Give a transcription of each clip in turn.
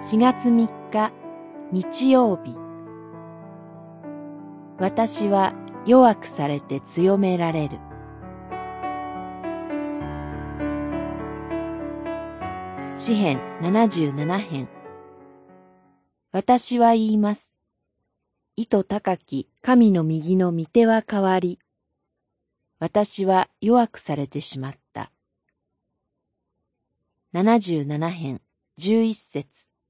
4月3日日曜日。私は弱くされて強められる。詩編77編。私は言います。意図高き神の右の御手は変わり、私は弱くされてしまった。77編11節。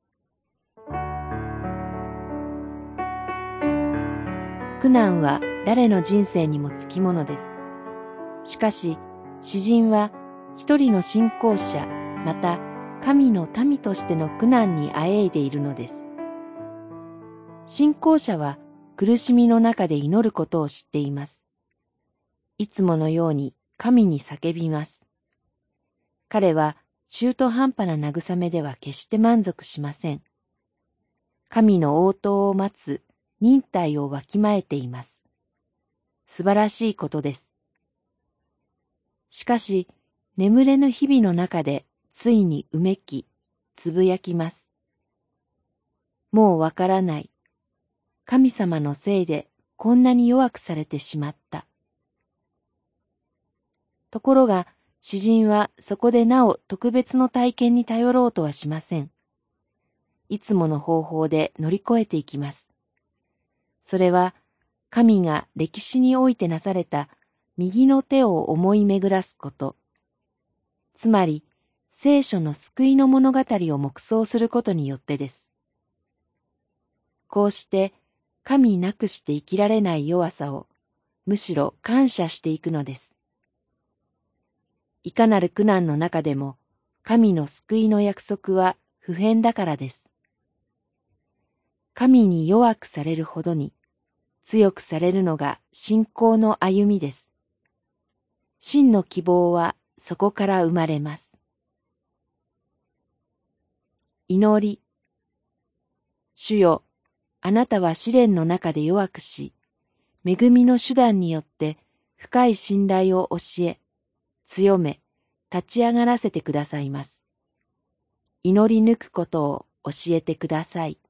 苦難は誰の人生にもつきものです。しかし、詩人は一人の信仰者、また神の民としての苦難にあえいでいるのです。信仰者は苦しみの中で祈ることを知っています。いつものように神に叫びます。彼は中途半端な慰めでは決して満足しません。神の応答を待つ忍耐をわきまえています。素晴らしいことです。しかし、眠れぬ日々の中でついにうめき、つぶやきます。もうわからない。神様のせいでこんなに弱くされてしまった。ところが、詩人はそこでなお特別の体験に頼ろうとはしません。いつもの方法で乗り越えていきます。それは、神が歴史においてなされた右の手を思い巡らすこと、つまり聖書の救いの物語を黙想することによってです。こうして神なくして生きられない弱さをむしろ感謝していくのです。いかなる苦難の中でも神の救いの約束は不変だからです。神に弱くされるほどに強くされるのが信仰の歩みです。真の希望はそこから生まれます。祈り。主よ、あなたは試練の中で弱くし、恵みの手段によって深い信頼を教え、強め、立ち上がらせてくださいます。祈り抜くことを教えてください。